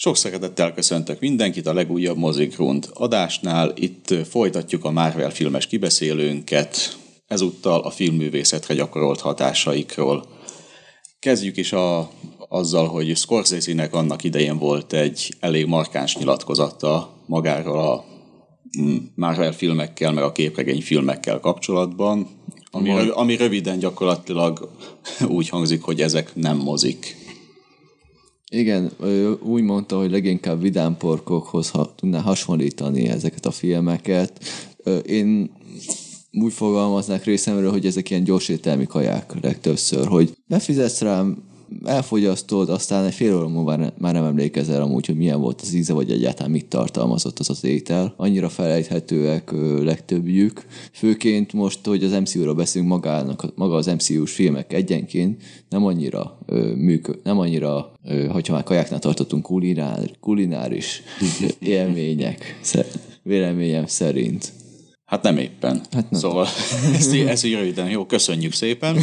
Sok szeretettel köszöntök mindenkit a legújabb Mozigrund adásnál. Itt folytatjuk a Marvel filmes kibeszélőnket, ezúttal a filmművészetre gyakorolt hatásaikról. Kezdjük is azzal, hogy Scorsese-nek annak idején volt egy elég markáns nyilatkozata magáról a Marvel filmekkel, meg a képregény filmekkel kapcsolatban, ami röviden gyakorlatilag úgy hangzik, hogy ezek nem mozik. Igen, úgy mondta, hogy leginkább vidámporkokhoz tudná hasonlítani ezeket a filmeket. Én úgy fogalmaznak részemről, hogy ezek ilyen gyorsételmi kaják legtöbbször, hogy befizetsz rám, elfogyasztod, aztán egy fél óra múlva már nem emlékezel amúgy, hogy milyen volt az íze, vagy egyáltalán mit tartalmazott az étel. Annyira felejthetőek legtöbbjük. Főként most, hogy az MCU-ról beszélünk, maga az MCU-s filmek egyenként nem annyira hogyha már kajáknál tartottunk, kulináris élmények, véleményem szerint. Hát nem éppen. Hát nem. Szóval ezt így röviden. Jó, köszönjük szépen.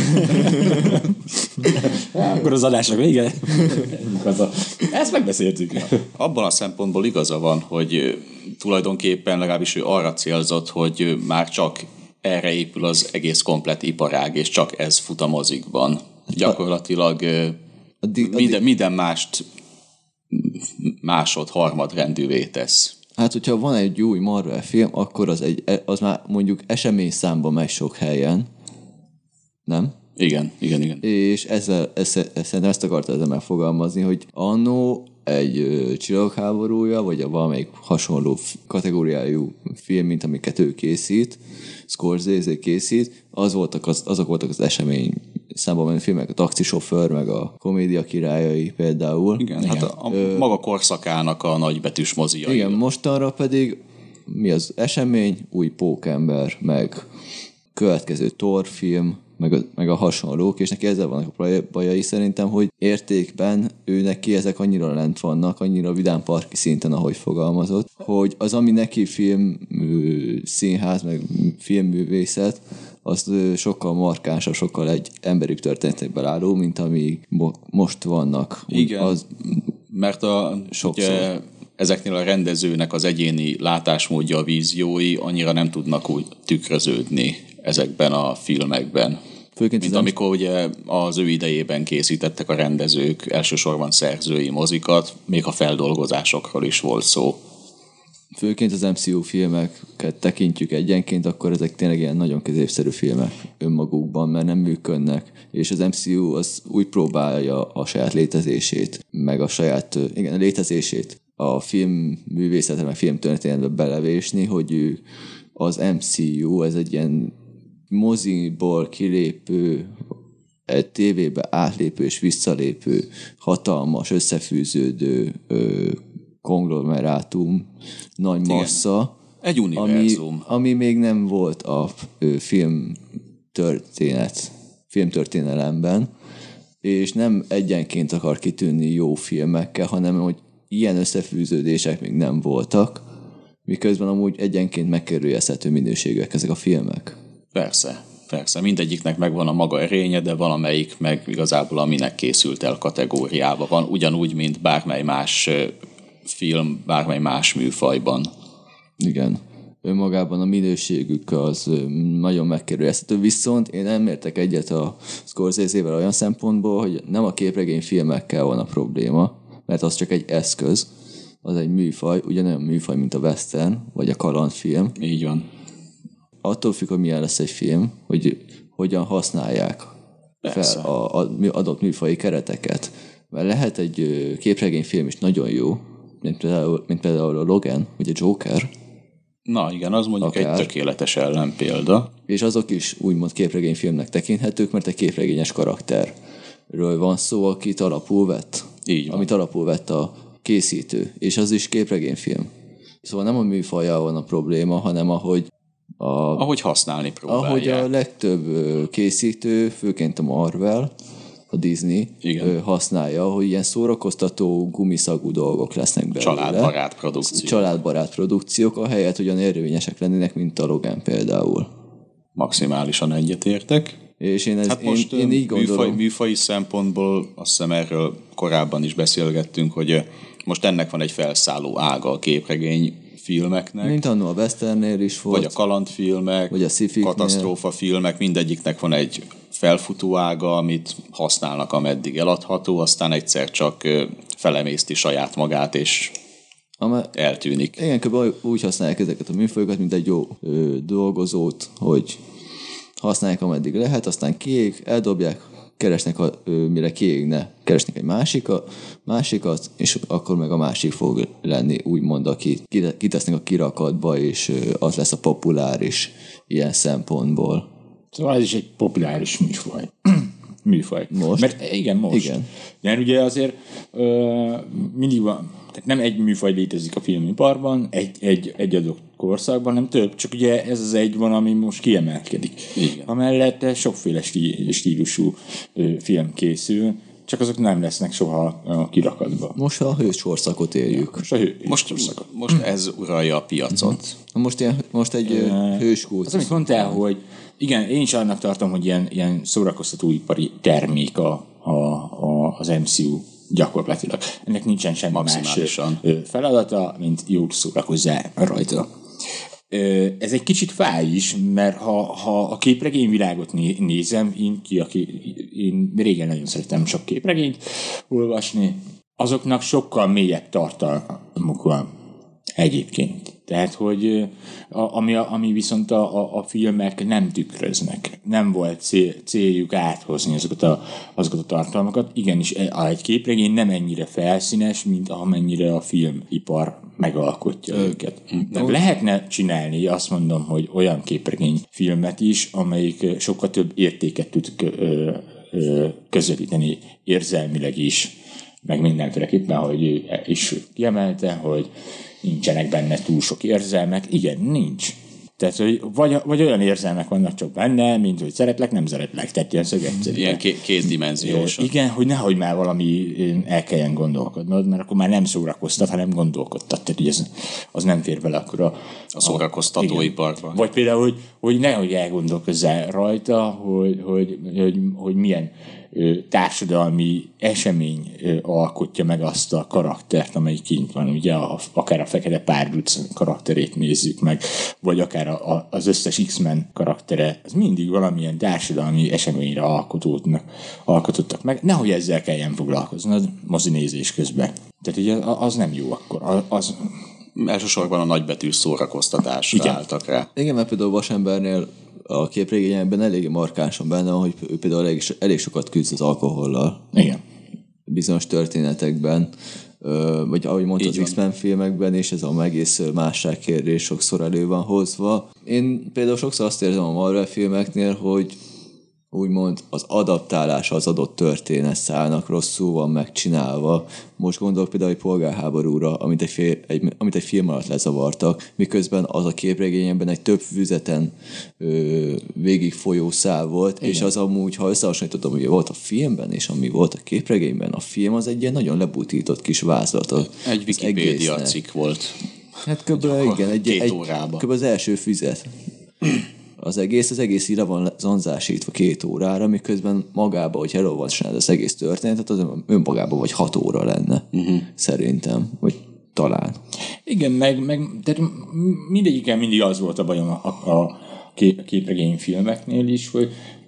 Akkor az adásnak vége. Ezt megbeszéltük. Abban a szempontból igaza van, hogy tulajdonképpen legalábbis ő arra célzott, hogy már csak erre épül az egész komplett iparág, és csak ez fut a mozikban. Gyakorlatilag minden mást harmadrendűvé tesz. Hát, hogyha van egy új Marvel film, akkor az már mondjuk eseményszámban megy sok helyen. Nem? Igen. És szerintem ezt akarta ezzel megfogalmazni, hogy annó egy Csillagháborúja, vagy valamelyik hasonló kategóriájú film, mint amiket ő készít, Scorsese készít, azok voltak az esemény számban menő filmek, a Taxisofőr, meg a Komédia királyai például. Igen. Hát a maga korszakának a nagybetűs moziai. Igen, mostanra pedig mi az esemény? Új Pókember, meg következő Thor film, meg a hasonlók, és neki ezzel vannak a bajai szerintem, hogy értékben neki ezek annyira lent vannak, annyira vidámparki szinten, ahogy fogalmazott, hogy az, ami neki film, színház, meg filmművészet, az sokkal markánsabb, sokkal egy emberi történetekben álló, mint amíg most vannak. Igen, mert ugye, ezeknél a rendezőnek az egyéni látásmódja, a víziói annyira nem tudnak úgy tükröződni ezekben a filmekben. Mint amikor ugye az ő idejében készítettek a rendezők elsősorban szerzői mozikat, még a feldolgozásokról is volt szó. Főként az MCU filmeket tekintjük egyenként, akkor ezek tényleg ilyen nagyon középszerű filmek önmagukban, mert nem működnek, és az MCU az úgy próbálja a saját létezését, meg a saját létezését a filmművészetre, meg filmtörténetbe belevésni, hogy az MCU, ez egy ilyen moziból kilépő, egy tévébe átlépő és visszalépő, hatalmas, összefűződő konglomerátum, nagy massza. Egy univerzum. Ami még nem volt a filmtörténelemben, és nem egyenként akar kitűnni jó filmekkel, hanem hogy ilyen összefűződések még nem voltak, miközben amúgy egyenként megkerülhető minőségűek ezek a filmek. Persze. Mindegyiknek megvan a maga erénye, de valamelyik meg igazából aminek készült el kategóriába van, ugyanúgy, mint bármely más film, bármely más műfajban. Igen. Önmagában a minőségük az nagyon megkerülhető. Viszont én nem értek egyet a Scorsese-vel olyan szempontból, hogy nem a képregény filmekkel van a probléma, mert az csak egy eszköz, az egy műfaj, ugyanolyan műfaj, mint a western, vagy a kalandfilm. Így van. Attól függ, hogy milyen lesz egy film, hogy hogyan használják fel az adott műfaji kereteket. Mert lehet egy képregényfilm is nagyon jó, mint például a Logan, vagy a Joker. Na igen, az mondjuk akár egy tökéletes ellenpélda. És azok is úgymond képregényfilmnek tekinthetők, mert egy képregényes karakterről van szó, akit alapul vett. Így van. Amit alapul vett a készítő. És az is képregényfilm. Szóval nem a műfajjal van a probléma, hanem ahogy használni próbálják. Ahogy a legtöbb készítő, főként a Marvel, a Disney használja, hogy ilyen szórakoztató, gumiszagú dolgok lesznek belőle. Családbarát produkciók, ahelyett ugyan érvényesek lennének, mint a Logan például. Maximálisan egyetértek. És én így gondolom. Műfaji szempontból azt hiszem erről korábban is beszélgettünk, hogy most ennek van egy felszálló ága a képregény filmeknek. Mint annó a westernnél is volt. Vagy a kalandfilmek, vagy a sci-fiknél. katasztrófafilmek, mindegyiknek van egy felfutó ága, amit használnak, ameddig eladható, aztán egyszer csak felemészti saját magát, és eltűnik. Igen, kb. Úgy használják ezeket a műfajokat, mint egy jó dolgozót, hogy használják, ameddig lehet, aztán kiég, eldobják, keresnek, mire kiégne, keresnek egy másikat, és akkor meg a másik fog lenni, úgymond, aki kitesznek a kirakatba, és az lesz a populáris ilyen szempontból. Szóval ez is egy populáris műfaj. Most? Mert igen, most. Igen. Mert ugye azért mindig van, tehát nem egy műfaj létezik a filmiparban, egy adott korszakban, nem több, csak ugye ez az egy van, ami most kiemelkedik. Igen. Amellett sokféle stílusú film csak azok nem lesznek soha a kirakatban. Most a hőskorszakot éljük. Most ez uralja a piacot. Most egy hőskult. Az, amit mondtál, hogy igen, én is annak tartom, hogy ilyen szórakoztatóipari termék az MCU gyakorlatilag. Ennek nincsen semmi más feladata, mint jól szórakozzál rajta. Ez egy kicsit fáj is, mert ha a képregényvilágot nézem, én régen nagyon szeretem sok képregényt olvasni, azoknak sokkal mélyebb tartalmuk van egyébként. Tehát, hogy ami viszont a filmek nem tükröznek. Nem volt céljuk áthozni azokat a tartalmakat. Igenis, egy képregény nem ennyire felszínes, mint amennyire a filmipar megalkotja őket. De lehetne csinálni, azt mondom, hogy olyan képregény filmet is, amelyik sokkal több értéket tud közvetíteni érzelmileg is, meg mindenféleképpen, hogy is kiemelte, hogy nincsenek benne túl sok érzelmek. Igen, nincs. Tehát, hogy vagy olyan érzelmek vannak csak benne, mint hogy szeretlek, nem szeretlek. Tehát ilyen szögetszerű. Ilyen kétdimenziós. Igen, hogy nehogy már valami el kelljen gondolkodnod, mert akkor már nem szórakoztat, hanem gondolkodtat. Tehát az nem fér bele akkor a szórakoztatóiparban. Vagy például, hogy nehogy elgondolkozzál rajta, hogy milyen társadalmi esemény alkotja meg azt a karaktert, amelyik kint van. Ugye akár a Fekete Párduc karakterét nézzük meg, vagy akár az összes X-Men karaktere, az mindig valamilyen társadalmi eseményre alkotottak meg. Nehogy ezzel kelljen foglalkoznod mozinézés közben. Tehát ugye az nem jó akkor. Elsősorban a nagybetűs szórakoztatásra álltak rá. Igen, mert például Vasembernél a képregényben eléggé markánsan benne van, hogy ő például elég sokat küzd az alkohollal. Igen. Bizonyos történetekben, vagy ahogy mondtad, az X-Men filmekben, és ez a egész másságkérdés sokszor elő van hozva. Én például sokszor azt érzem a Marvel filmeknél, hogy úgymond az adaptálása az adott történet szálnak rosszul van megcsinálva. Most gondolok például egy polgárháborúra, amit egy film alatt lezavartak, miközben az a képregényben egy több füzeten végig folyó szál volt, igen. És az amúgy, ha összehasonlítottam, ami volt a filmben, és ami volt a képregényben, a film az egy ilyen nagyon lebutított kis vázlat. Egy Wikipédia cikk volt. Hát kb. Az első füzet. Az egész ide van zanzásítva 2 órára, miközben magában, hogy elolvasnád az egész történetet, az önmagában vagy 6 óra lenne. Szerintem. Vagy talán. Igen, meg tehát mindegyiken mindig az volt a bajom a képregényfilmeknél is, hogy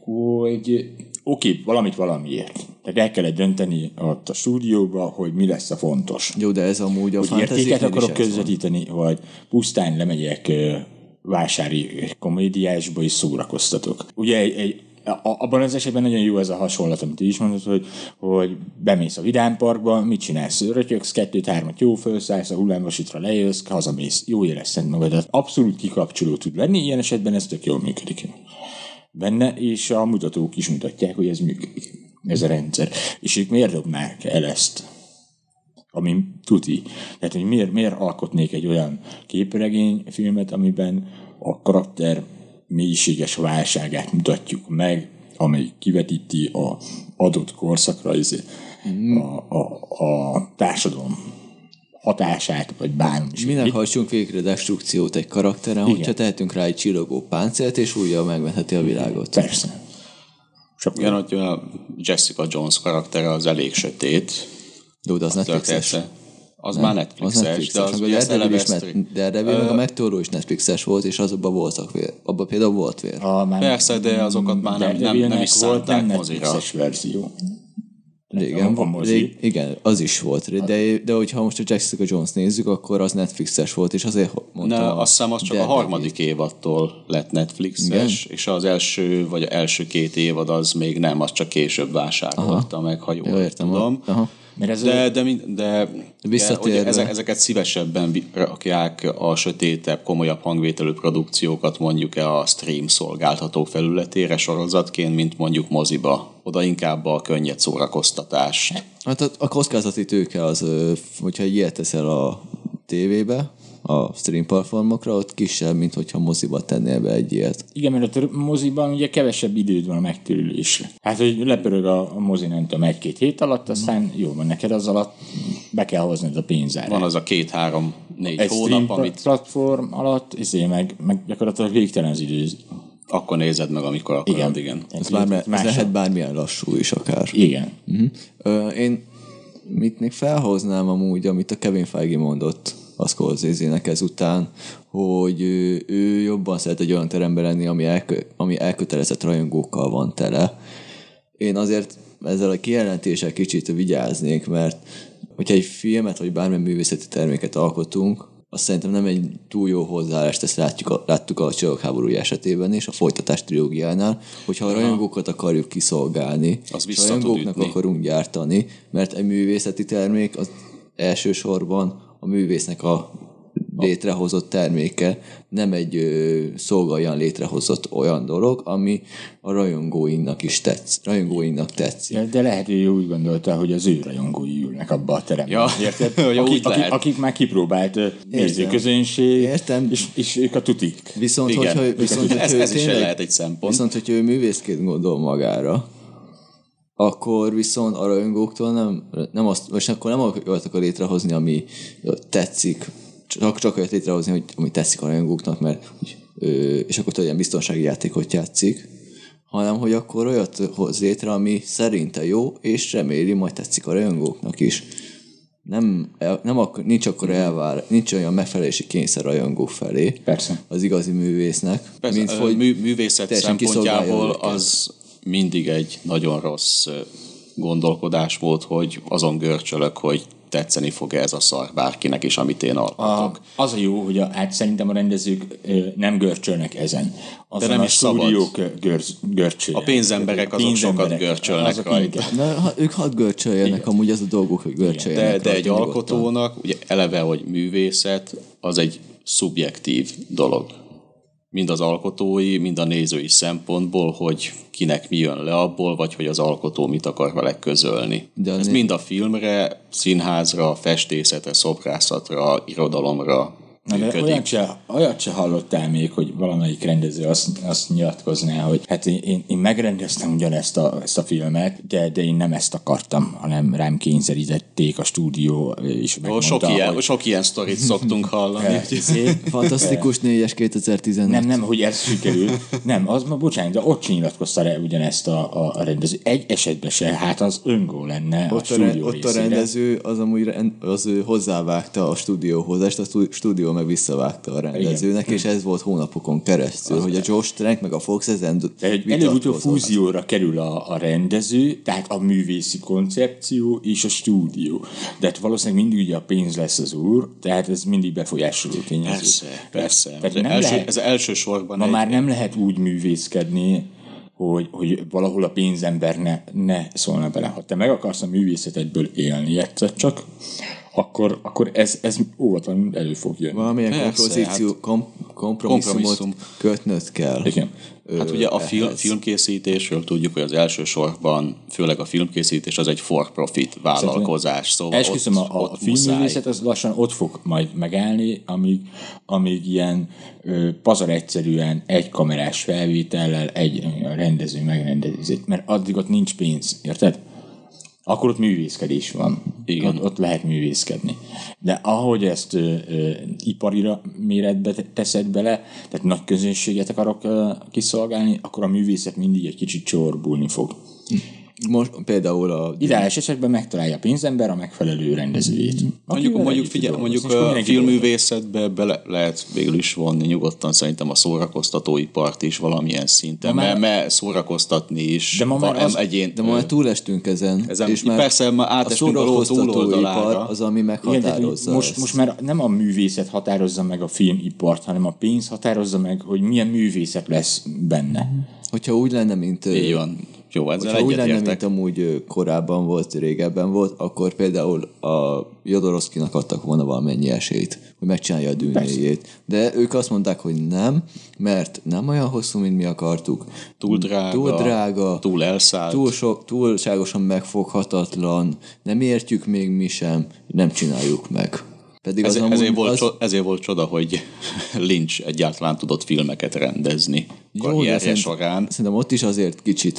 oké, valamit valamiért. Tehát el kellett dönteni ott a stúdióba, hogy mi lesz a fontos. Jó, de ez amúgy a fantasy értéket akarok közvetíteni, vagy pusztán lemegyek vásári komédiásba is szórakoztatok. Ugye abban az esetben nagyon jó ez a hasonlat, amit is mondod, hogy bemész a vidámparkba, mit csinálsz? Rötyögsz 2-3-at, jó felszállsz, a hullámvasútra lejössz, hazamész, jó érezted magadat. Abszolút kikapcsoló tud lenni, ilyen esetben ez tök jól működik benne, és a mutatók is mutatják, hogy ez működik, ez a rendszer. És ők miért dobnák el ezt? Ami tuti. Tehát, hogy miért alkotnék egy olyan képregényfilmet, amiben a karakter mélységes válságát mutatjuk meg, amely kivetíti a adott korszakra a társadalom hatását, vagy bármi. Minek hajtsunk végre destrukciót egy karakteren, hogyha tehetünk rá egy csillogó páncélt, és újra megmentheti a világot. Persze. Igen, hogy a Jessica Jones karaktere az elég sötét. Jó, de az Netflixes. Az már Netflixes, de az ugye Daredevil meg a Megtorló is Netflixes volt, és azokban voltak vér. Abban például volt vér. Persze, de azokat már nem is szánták mozira. Netflixes verzió. Igen, az is volt. De hogyha most a Jessica Jones nézzük, akkor az Netflixes volt, és azért mondtam... Azt hiszem, az csak a harmadik évadtól lett Netflixes, és az első, vagy első 2 évad az még nem, az csak később vásárolta meg, ha jól tudom. De ezeket szívesebben rakják a sötétebb, komolyabb hangvételű produkciókat mondjuk a stream szolgáltatók felületére sorozatként, mint mondjuk moziba. Oda inkább a könnyed szórakoztatást. Hát a kockázati tőke az, hogyha ilyet teszel a tévébe, a stream platformokra, ott kisebb, mint hogyha moziba tennél be egy ilyet. Igen, mert a moziban ugye kevesebb időd van a megtérülésre. Hát, hogy lepörög a mozi, nem tudom, 1-2 hét alatt, aztán jó van neked az alatt, be kell hoznod a pénzára. Van az a 2-3-4 hónap, amit... platform alatt, meg gyakorlatilag végtelen az idő. Akkor nézed meg, amikor akarod, igen. Ez lehet bármilyen lassú is akár. Igen. Én mit még felhoznám amúgy, amit a Kevin Feige mondott a Scorsese-nek ezután, hogy ő jobban szeret egy olyan teremben lenni, ami elkötelezett rajongókkal van tele. Én azért ezzel a kijelentéssel kicsit vigyáznék, mert hogyha egy filmet, vagy bármilyen művészeti terméket alkotunk, azt szerintem nem egy túl jó hozzáállást, ezt láttuk a Csillagháború esetében és a folytatás trilógiánál, hogyha a rajongókat akarjuk kiszolgálni, és a rajongóknak akarunk gyártani, mert egy művészeti termék az elsősorban a művésznek a létrehozott terméke, nem egy szolgáljan létrehozott olyan dolog, ami a rajongóinak tetszik. De lehet, hogy úgy gondolta, hogy az ő rajongói ülnek abba a teremben. Ja. Érted? Akik már kipróbált nézőközönség, és ők a tutik. Viszont ez is lehet egy szempont. Viszont, hogyha ő művészként gondol magára, akkor viszont a rajongóktól nem azt, most akkor nem olyat akar létrehozni, ami tetszik, csak olyat létrehozni, ami tetszik a rajongóknak, mert és akkor ilyen biztonsági játékot játszik, hanem hogy akkor olyat hoz létre, ami szerinte jó, és reméli, majd tetszik a rajongóknak is. Nincs olyan megfelelési kényszer rajongók felé. Persze. Az igazi művésznek. Persze, mint hogy művészet szempontjából az mindig egy nagyon rossz gondolkodás volt, hogy azon görcsölök, hogy tetszeni fog ez a szar bárkinek is, amit én alkotok. Az a jó, hogy szerintem a rendezők nem görcsölnek ezen. De nem is stúdiók görcsölnek. A pénzemberek azok sokat görcsölnek rajta. Ők hadd görcsöljenek, amúgy az a dolguk, hogy görcsöljenek. De egy alkotónak, ugye eleve, hogy művészet, az egy szubjektív dolog. Mind az alkotói, mind a nézői szempontból, hogy kinek mi jön le abból, vagy hogy az alkotó mit akar vele közölni. Ez mind a filmre, színházra, festészetre, szobrászatra, irodalomra működik. Olyat se hallottál még, hogy valamelyik rendező azt nyilatkozná, hogy hát én megrendeztem ugyanezt ezt a filmet, de én nem ezt akartam, hanem rám kényszerítették a stúdió, és megmondta, sok ilyen sztorit szoktunk hallani. Fantasztikus 4-es 2015. Nem, hogy ez sikerült. Nem, bocsánat, de ott sem nyilatkozta rá ugyanezt a rendező. Egy esetben se, hát az öngól lenne a stúdió részére. Ott a rendező az amúgy hozzávágta a stúdióhoz, és a stúdió meg visszavágta a rendezőnek, igen. És ez volt hónapokon keresztül, hogy a Josh Trank meg a Fox ezen előbb-utóbb fúzióra kerül a rendező, tehát a művészi koncepció és a stúdió. De hát valószínűleg mindig ugye a pénz lesz az úr, tehát ez mindig befolyásoló tényező. Persze. Ez elsősorban már nem lehet úgy művészkedni, hogy valahol a pénzember ne szólna bele. Ha te meg akarsz a művészetedből élni egyszer csak, akkor ez óvatlanul elő fog jönni. Valamilyen kompromisszumot kötnöd kell. Igen. Hát ugye a filmkészítésről tudjuk, hogy az elsősorban, főleg a filmkészítés az egy for-profit vállalkozás. Szóval esküszöm, a filmművészet az lassan ott fog majd megállni, amíg ilyen pazar egyszerűen egy kamerás felvétellel egy rendező megrendezik, mert addig ott nincs pénz, érted? Akkor ott művészkedés van. Igen. Ott lehet művészkedni. De ahogy ezt iparira méretbe teszed bele, tehát nagy közönséget akarok kiszolgálni, akkor a művészet mindig egy kicsit csorbulni fog. Most például a... Ideális esetben megtalálja a pénzember a megfelelő rendezőjét. Mondjuk a filmművészetbe bele lehet végül is vonni nyugodtan szerintem a szórakoztatóipart is valamilyen szinten, mert szórakoztatni is. De ma már túlestünk ezen és már persze már átestünk a túloldalára. Az, ami meghatározza. Most már nem a művészet határozza meg a filmipart, hanem a pénz határozza meg, hogy milyen művészet lesz benne. Hogyha úgy lenne, mint... Így van. Jó, hogyha úgy lenne, mint amúgy korábban volt, régebben volt, akkor például a Jodorowskynak adtak volna valamennyi esélyt, hogy megcsinálja a Dűnéjét. De ők azt mondták, hogy nem, mert nem olyan hosszú, mint mi akartuk. Túl drága, túl elszállt. Túlságosan megfoghatatlan, nem értjük még mi sem, nem csináljuk meg. Pedig ezért volt csoda, hogy Lynch egyáltalán tudott filmeket rendezni karrierje során. Szerintem ott is azért kicsit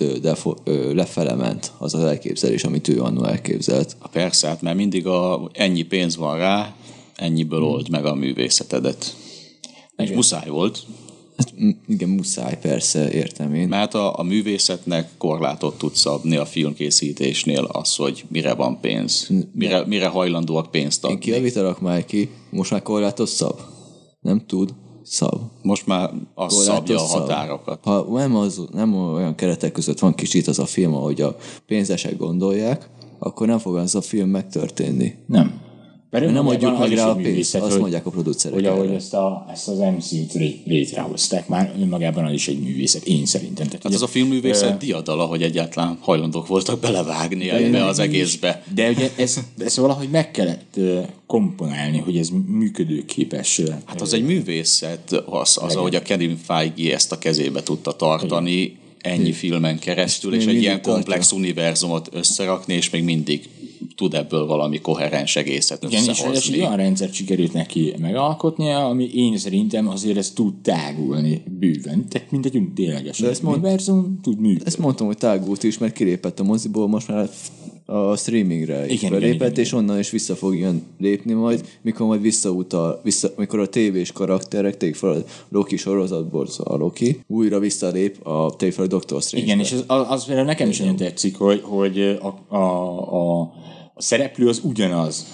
lefele ment az az elképzelés, amit ő annól elképzelt. Persze, hát mert mindig ennyi pénz van rá, ennyiből old meg a művészetedet. És muszáj volt. Hát, igen, muszáj, persze, értem én. Mert a művészetnek korlátot tud szabni a filmkészítésnél az, hogy mire van pénz, mire hajlandóak pénzt adni. Én kijavítalak már ki, most már korlátot szab? Nem tud? Szab. Most már az szabja a határokat. Ha nem olyan keretek között van kicsit az a film, ahogy a pénzesek gondolják, akkor nem fog az a film megtörténni. Nem. Nem adjuk meg rá a pénzt, azt mondják a producerek. Hogy ahogy ezt az MCU-t létrehozták, már önmagában az is egy művészet, én szerintem. Hát az a filmművészet diadala, hogy egyáltalán hajlandók voltak belevágni ebbe az egészbe. De ugye ezt valahogy meg kellett komponálni, hogy ez működőképes. Hát az egy művészet, az ahogy a Kevin Feige ezt a kezébe tudta tartani ennyi filmen keresztül, és egy ilyen komplex univerzumot összerakni, és még mindig tud ebből valami koherens egészet összehozni. És egy olyan rendszert sikerült neki megalkotnia, ami én szerintem azért ez tud tágulni bőven. Tehát mint egy tényleges univerzum tud működni. Ezt mondtam, hogy tágult is, mert kilépett a moziból, most már a streamingre is belépett, és onnan is vissza fog jön lépni majd, mikor majd mikor a tévés karakterek, tegyük fel a Loki sorozatból, a Loki, újra visszalép tegyük fel a Doctor Strange-be. Igen, és az például nekem is nagyon tetszik, hogy a szereplő az ugyanaz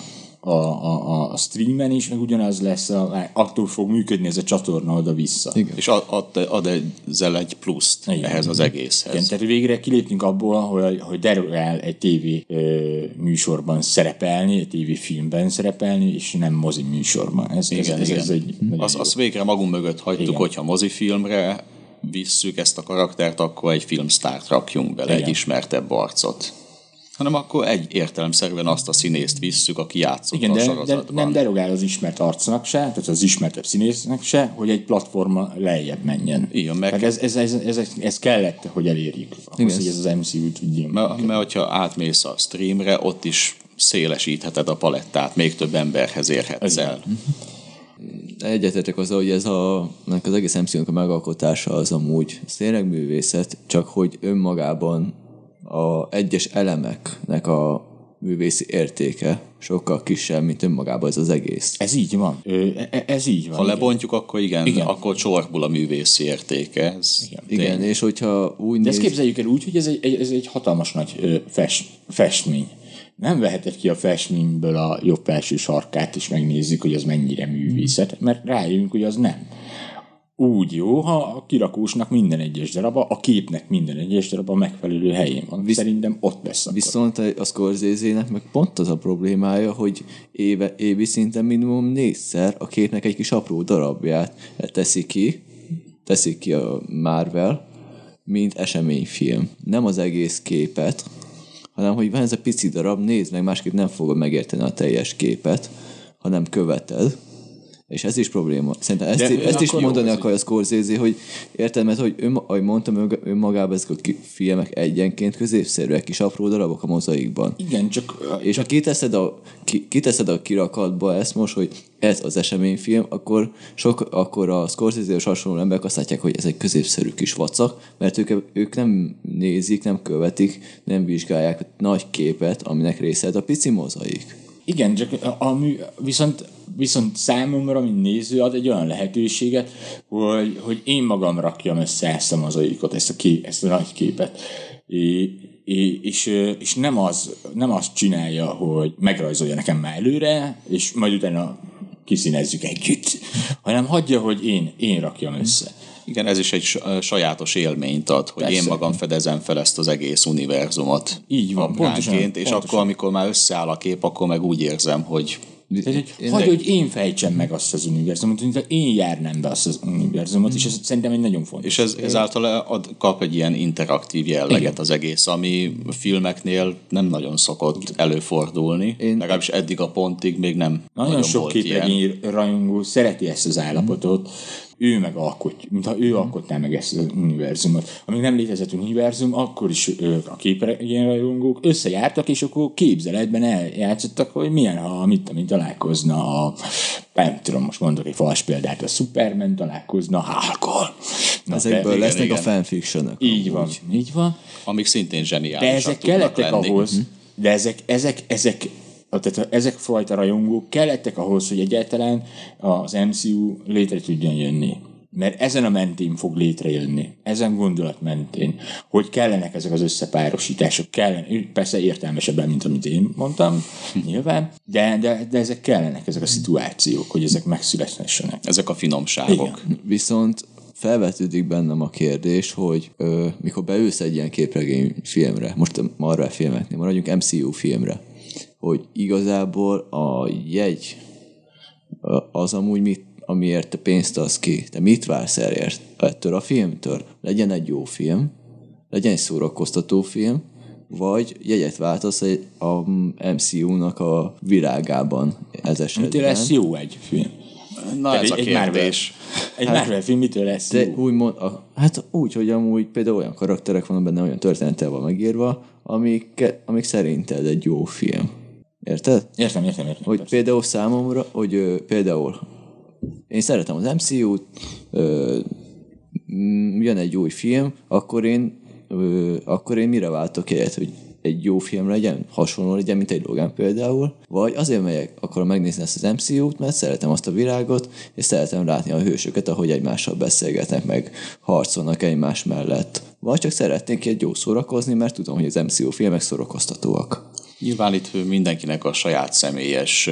a streamen is, meg ugyanaz lesz, attól fog működni ez a csatorna oda-vissza. Igen. És ad ezzel egy pluszt ehhez az egészhez. Igen, tehát végre kiléptünk abból, hogy derogál egy TV műsorban szerepelni, egy TV filmben szerepelni, és nem mozi műsorban. Azt végre magunk mögött hagytuk, igen. Hogyha mozifilmre visszük ezt a karaktert, akkor egy filmsztárt rakjunk bele, igen. Egy ismertebb arcot. Hanem akkor értelemszerűen azt a színészt visszük, aki játszott a sorozatban. De nem derogál az ismert arcnak se, tehát az ismertebb színésznek se, hogy egy platforma lejjebb menjen. Igen, ez kellett, hogy elérjük. Ahhoz, hogy ez az MCU tudjon. Mert hogyha átmész a streamre, ott is szélesítheted a palettát, még több emberhez érhetsz el. Egyetértek azzal, hogy az egész MCU-nak a megalkotása az amúgy tényleg művészet, csak hogy önmagában a egyes elemeknek a művészi értéke sokkal kisebb, mint önmagában ez az egész. Ez így van. Ez így van. Ha lebontjuk, akkor igen. Akkor csorbul a művészi értéke. Igen, és hogyha úgy de ezt képzeljük el úgy, hogy ez egy hatalmas nagy festmény. Nem veheted ki a festményből a jobb felső sarkát, és megnézzük, hogy az mennyire művészet, mert rájövünk, hogy az nem. Úgy jó, ha a kirakósnak minden egyes daraba, a képnek minden egyes daraba megfelelő helyén van. Szerintem ott lesz akkor. Viszont a Scorsese-nek meg pont az a problémája, hogy évi szinten minimum 4-szer a képnek egy kis apró darabját teszik ki a Marvel, mint eseményfilm. Nem az egész képet, hanem hogy van ez a pici darab, nézd meg, másképp nem fogod megérteni a teljes képet, hanem követed. És ez is probléma. Szerintem ezt is mondani akarja a Scorsese, hogy érted, mert ahogy mondtam, önmagában ezek a filmek egyenként középszerűek, kis apró darabok a mozaikban. Igen, csak... És ha kiteszed a kirakatba ezt most, hogy ez az eseményfilm, akkor a Scorsese-s hasonló emberek azt látják, hogy ez egy középszerű kis vacak, mert ők nem nézik, nem követik, nem vizsgálják a nagy képet, aminek része a pici mozaik. Igen, csak viszont számomra, mint néző, ad egy olyan lehetőséget, hogy én magam rakjam össze ezt a mozaikot, ezt a nagy képet. és nem azt csinálja, hogy megrajzolja nekem már előre, és majd utána kiszínezzük együtt, hanem hagyja, hogy én rakjam össze. Igen, ez is egy sajátos élményt ad, hogy persze. Én magam fedezem fel ezt az egész univerzumot. Így van, pontosan. És akkor, amikor már összeáll a kép, akkor meg úgy érzem, hogy hogy én fejtsem meg azt az univerzumot, mint én járnám be azt az univerzumot, és ez szerintem egy nagyon fontos. És ezáltal kap egy ilyen interaktív jelleget igen. Az egész, ami filmeknél nem nagyon szokott előfordulni. Legalábbis eddig a pontig még nem nagyon sok képregény rajongó szereti ezt az állapotot, ő meg alkotja, mintha ő alkotná meg ezt az univerzumot. Amíg nem létezett univerzum, akkor is a képregényrajongók összejártak, és akkor képzeletben eljátszottak, hogy milyen, ha mit találkozna nem tudom, most mondok egy fals példát, a Superman találkozna Hulkkal. Ezekből lesznek igen. A fanfictionok. Így van. Amik szintén zseniálisak. De ezek kellettek ahhoz, de ezek fajta rajongók kellettek ahhoz, hogy egyáltalán az MCU létre tudjon jönni. Mert ezen a mentén fog létrejönni. Ezen gondolat mentén. Hogy kellenek ezek az összepárosítások. Persze értelmesebben, mint amit én mondtam, nyilván. De ezek kellenek, ezek a szituációk, hogy ezek megszülethessenek. Ezek a finomságok. Igen. Viszont felvetődik bennem a kérdés, hogy mikor beülsz egy ilyen képregény filmre, most a Marvel filmeknél, maradjunk MCU filmre, hogy igazából a jegy az amúgy amiért te pénzt adsz ki. Te mit vársz ettől a filmtől? Legyen egy jó film, legyen egy szórakoztató film, vagy jegyet váltasz a MCU-nak a világában ez esetben. Mitől lesz jó egy film? Na ez a kérdés. Egy Marvel film mitől lesz jó? Úgymond, úgy, hogy amúgy például olyan karakterek vannak benne, olyan történettel van megírva, amik szerinted egy jó film. Érted? Értem. Hogy persze. Például számomra, hogy például én szeretem az MCU-t, jön egy új film, akkor én mire váltok egyet, hogy egy jó film legyen, hasonló legyen, mint egy Logan például, vagy azért akarom megnézni ezt az MCU-t, mert szeretem azt a világot, és szeretem látni a hősöket, ahogy egymással beszélgetnek, meg harcolnak egymás mellett. Vagy csak szeretnék egy jó szórakozni, mert tudom, hogy az MCU filmek szórakoztatóak. Nyilván itt mindenkinek a saját személyes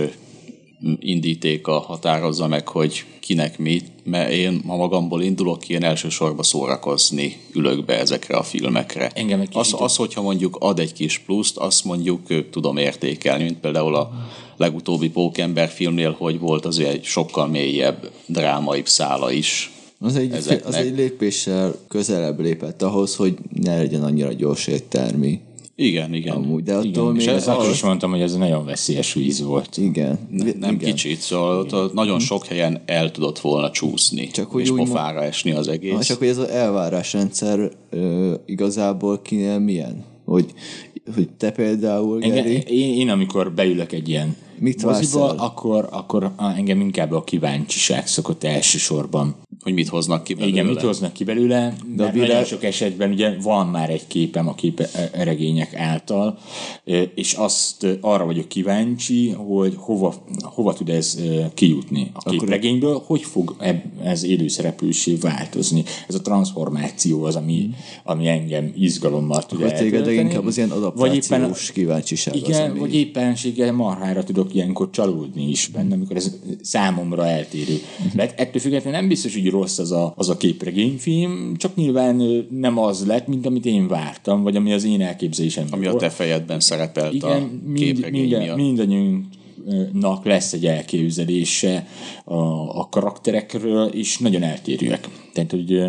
indítéka határozza meg, hogy kinek mi, mert én ma magamból indulok, én elsősorban szórakozni ülök be ezekre a filmekre. Az, hogyha mondjuk ad egy kis pluszt, azt mondjuk tudom értékelni, mint például a legutóbbi Pókember filmnél, hogy volt azért egy sokkal mélyebb, drámaibb szála is. Az egy lépéssel közelebb lépett ahhoz, hogy ne legyen annyira gyors éttermi. Igen. Amúgy, de attól és akkor is mondtam, hogy ez nagyon veszélyes víz volt. Igen. Nem kicsit, szóval nagyon sok helyen el tudott volna csúszni, csak és pofára esni az egész. Csak hogy ez az elvárásrendszer igazából kinél milyen? Hogy te például, Geri... Én amikor beülök egy ilyen moziba, akkor engem inkább a kíváncsiság szokott elsősorban. Hogy mit hoznak ki belőle. Igen, mit hoznak ki belőle, de nagyon sok esetben ugye van már egy képem a képregények által, és arra vagyok kíváncsi, hogy hova tud ez kijutni a képregényből, hogy fog ez élőszereplőssé változni. Ez a transformáció az, ami engem izgalommal tud eltölteni. Téged inkább az ilyen adaptációs kíváncsiság. Igen, vagy éppenséggel marhára tudok ilyenkor csalódni is benne, amikor ez számomra eltérő. De ettől függetlenül nem biztos, hogy rossz az a képregényfilm, csak nyilván nem az lett, mint amit én vártam, vagy ami az én elképzelésem. Ami a te fejedben szerepelt. Igen, a képregény miatt. Mindannyiunknak lesz egy elképzelése a karakterekről, és nagyon eltérőek. Tehát, hogy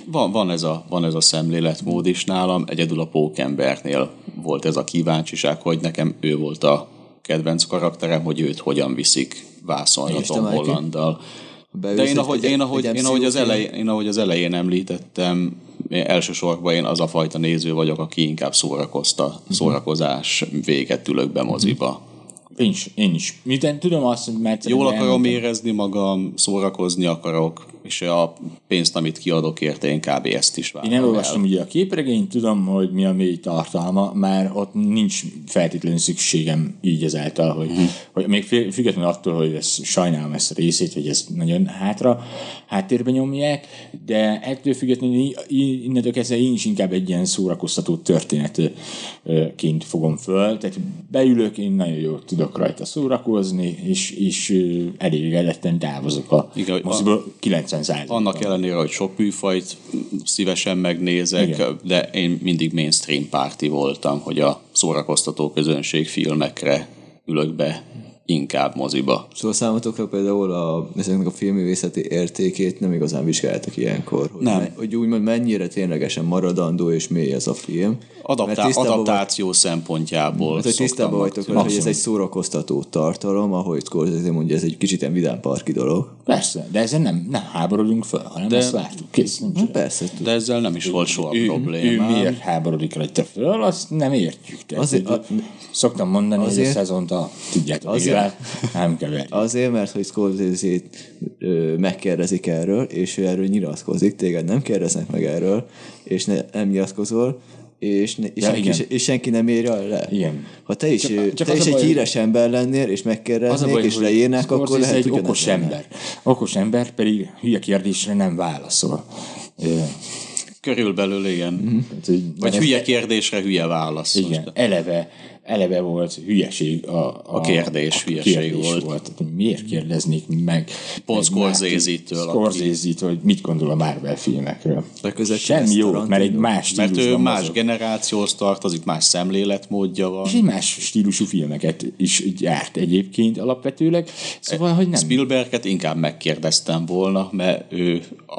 van ez a szemléletmód is nálam, egyedül a Pókembernél volt ez a kíváncsiság, hogy nekem ő volt a kedvenc karakterem, hogy őt hogyan viszik vászonra Tom Hollanddal. De én ahogy az elején említettem, elsősorban én az a fajta néző vagyok, aki inkább szórakozás véget ülök be moziba. Én is. Minden tudom azt, hogy mert... Jól akarom érezni magam, szórakozni akarok, és a pénzt, amit kiadok érte, én kb. Ezt is várom. Én elolvastam ugye a képregényt, tudom, hogy mi a mély tartalma, már ott nincs feltétlenül szükségem így ezáltal, hogy még függetlenül attól, hogy sajnálom ezt a részét, hogy ezt nagyon háttérbe nyomják, de ettől függetlenül innentől kezdve én is inkább egy ilyen szórakoztató történetként fogom föl, tehát beülök, én nagyon jól tudok rajta szórakozni, és elégedetten távozok a moziból 90%. Annak ellenére, hogy sok műfajt szívesen megnézek, igen, de én mindig mainstream párti voltam, hogy a szórakoztató közönség filmekre ülök be inkább moziba. Szóval számotokra például ezeknek a filmművészeti értékét nem igazán vizsgáltak ilyenkor. Hogy úgymond mennyire ténylegesen maradandó és mély ez a film. Adaptáció szempontjából. Mert hogy tisztában vagytok vele, hogy ez egy szórakoztató tartalom, ahogy Scorsese mondja, ez egy kicsit ilyen vidámparki dolog. Persze, de ezzel nem háborodunk fel, hanem ezt vártuk. Kész, persze. De ezzel nem is volt soha probléma. Ő miért háborodik rajta föl, azt nem értjük. Szoktam mondani, hogy a szezont tudjátok, nem keverjük. Azért, mert hogy Scorsese-t megkérdezik erről, és ő erről nyilatkozik, téged nem kérdeznek meg erről, és nem nyilatkozol, és senki nem írja le. Igen. Ha te is egy híres ember lennél, és megkérdeznék, és leírnák, akkor lehet, hogy okos ember. Okos ember pedig hülye kérdésre nem válaszol. Körülbelül igen. Vagy hülye kérdésre hülye válasz. Igen, eleve volt hülyeség. A kérdés hülyeség volt. Miért kérdeznék meg? Pont Scorsese-től. Hogy mit gondol a Marvel filmekről. Semmi jó, mert egy más stílusban. Mert ő más generációhoz tartozik, más szemléletmódja van. És egy más stílusú filmeket is gyárt egyébként alapvetőleg. Szóval, hogy nem. Spielberget inkább megkérdeztem volna, mert ő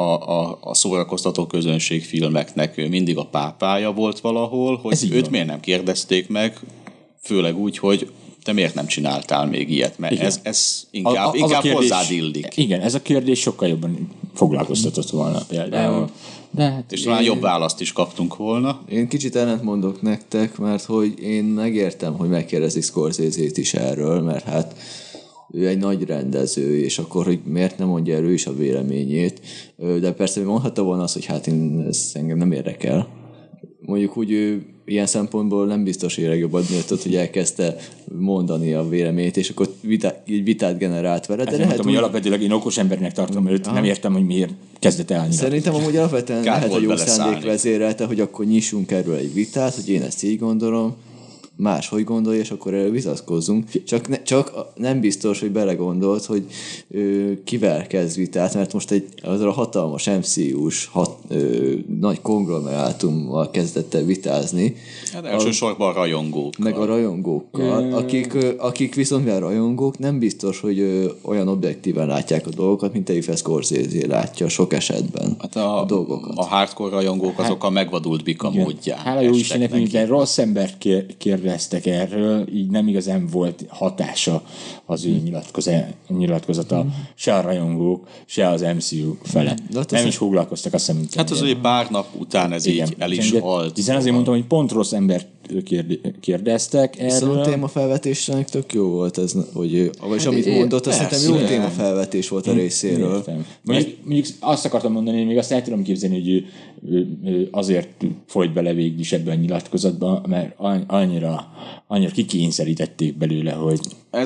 a szórakoztató közönség filmeknek ő mindig a pápája volt valahol, hogy őt miért nem kérdezték meg, főleg úgy, hogy te miért nem csináltál még ilyet, mert ez inkább hozzád illik. Igen, ez a kérdés sokkal jobban foglalkoztatott volna például. És talán jobb választ is kaptunk volna. Én kicsit ellent mondok nektek, mert hogy én megértem, hogy megkérdezik Scorsese-t is erről, mert hát ő egy nagy rendező, és akkor, hogy miért nem mondja el ő is a véleményét, de persze mondhatta volna azt, hogy hát ez engem nem érdekel. Mondjuk úgy ő ilyen szempontból nem biztos, hogy legjobban nőtt, hogy elkezdte mondani a véleményét, és akkor vitát generált vele. De lehet, hogy alapvetőleg én okos embernek tartom őt, nem értem, hogy miért kezdett el annyira. Szerintem amúgy alapvetően lehet a jó szándék vezérelte, hogy akkor nyissunk erről egy vitát, hogy én ezt így gondolom, máshogy gondolja, és akkor erről vitatkozzunk. Csak nem biztos, hogy belegondolt, hogy kivel kezd vitát, mert most azzal a hatalmas MCU-s nagy konglomerátummal kezdett el vitázni. Hát elsősorban a rajongókkal. Meg a rajongókkal, akik viszont mivel rajongók nem biztos, hogy olyan objektíven látják a dolgokat, mint Eiffel Scorsese látja sok esetben hát a dolgokat. A hardcore rajongók azok a megvadult bika módján. Hála jó Istennek, miután rossz embert kérdeztek erről, így nem igazán volt hatása az ő nyilatkozata, se a rajongók, se az MCU fele. Nem is foglalkoztak, azt hiszem. Hát az egy pár nap után ez így el is halt. Hiszen azért mondtam, hogy pont rossz embert kérdeztek erről. Viszont témafelvetésnek tök jó volt ez, hogy és amit mondott, azt szerintem jó témafelvetés volt a részéről. Mondjuk azt akartam mondani, hogy még azt el tudom képzelni, hogy ő azért folyt bele végig is ebben a nyilatkozatban, mert annyira kikényszerítették belőle, hogy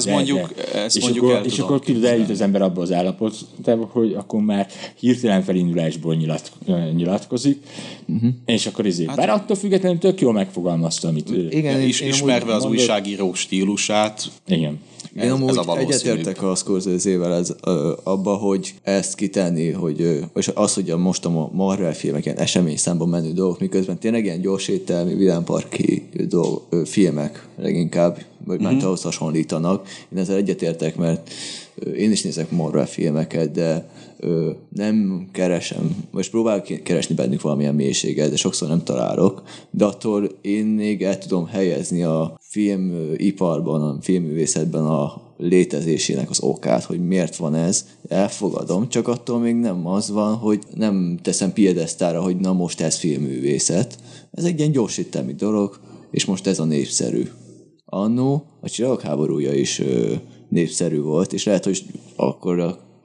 és akkor tudod, eljut az ember abba az állapotba, hogy akkor már hirtelen felindulásból nyilatkozik, és akkor bár attól függetlenül tök jól megfogalmazta, amit igen, ismerve az újságíró stílusát. Igen. Én amúgy egyetértek a Scorsese-vel abba, hogy ezt kitenni, és az, hogy most a Marvel filmek ilyen eseményszámban menő dolgok, miközben tényleg ilyen gyorsételmi, vidámparki filmek leginkább, vagy már ahhoz hasonlítanak. Én ezzel egyetértek, mert én is nézek Marvel filmeket, de nem keresem, most próbálok keresni bennük valamilyen mélységet, de sokszor nem találok, de attól én még el tudom helyezni a filmiparban, a filmművészetben a létezésének az okát, hogy miért van ez, elfogadom, csak attól még nem az van, hogy nem teszem piedesztára, hogy na most ez filmművészet. Ez egy ilyen gyorsítemi dolog, és most ez a népszerű. Annó a Csillagok háborúja is népszerű volt, és lehet, hogy akkor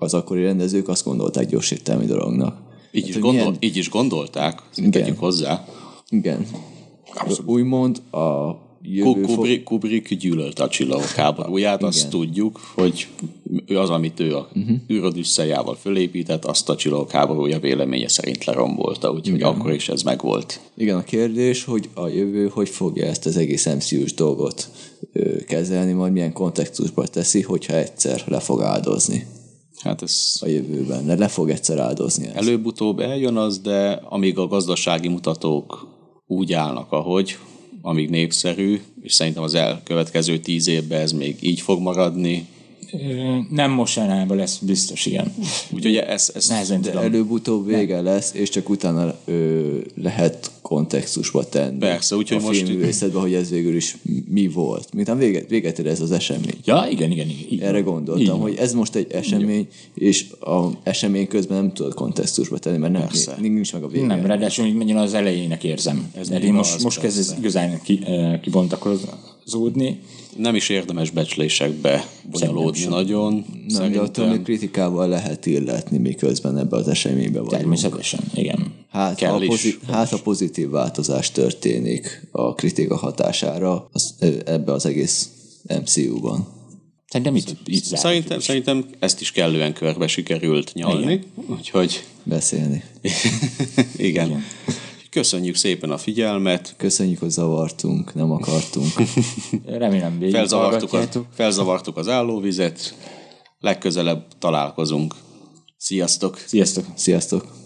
az akkori rendezők azt gondolták gyorsértelmi dolognak. Így is gondolták, tegyük hozzá. Igen. Úgymond a jövő... Kubrick gyűlölte a Csillagok háborúját, azt tudjuk, hogy az, amit ő a űrodüsszeljával fölépített, azt a Csillagok háborúja véleménye szerint lerombolta, úgyhogy akkor is ez megvolt. Igen, a kérdés, hogy a jövő hogy fogja ezt az egész MCU-s dolgot kezelni, majd milyen kontextusban teszi, hogyha egyszer le fog áldozni. Hát ez a jövőben, le fog egyszer áldozni ezt. Előbb-utóbb eljön az, de amíg a gazdasági mutatók úgy állnak, ahogy, amíg népszerű, és szerintem az elkövetkező 10 évben ez még így fog maradni. Nem mostanában lesz biztos, igen. Úgyhogy ez nehezen tudom. Előbb-utóbb vége lesz, és csak utána lehet kontextusba tenni. Persze, úgyhogy a filmművészetben, hogy ez végül is mi volt. Miután véget ér ez az esemény. Ja, igen. Erre gondoltam, hogy ez most egy esemény, és az esemény közben nem tudod kontextusba tenni, mert nincs meg a vége. Nem, ráadásul megint az elejének érzem. Most kezd ez igazán kibontakozódni. Nem is érdemes becslésekbe bonyolódni nagyon. Nem, de attól még kritikával lehet illetni, miközben ebbe az eseménybe vagyunk. Természetesen, igen. Hát a pozitív változás történik a kritika hatására ebbe az egész MCU-ban. Szerintem ezt is kellően körbe sikerült nyalni. Úgyhogy... beszélni. Igen. Köszönjük szépen a figyelmet. Köszönjük, hogy zavartunk, nem akartunk. Remélem, felzavartuk az állóvizet. Legközelebb találkozunk. Sziasztok! Sziasztok! Sziasztok!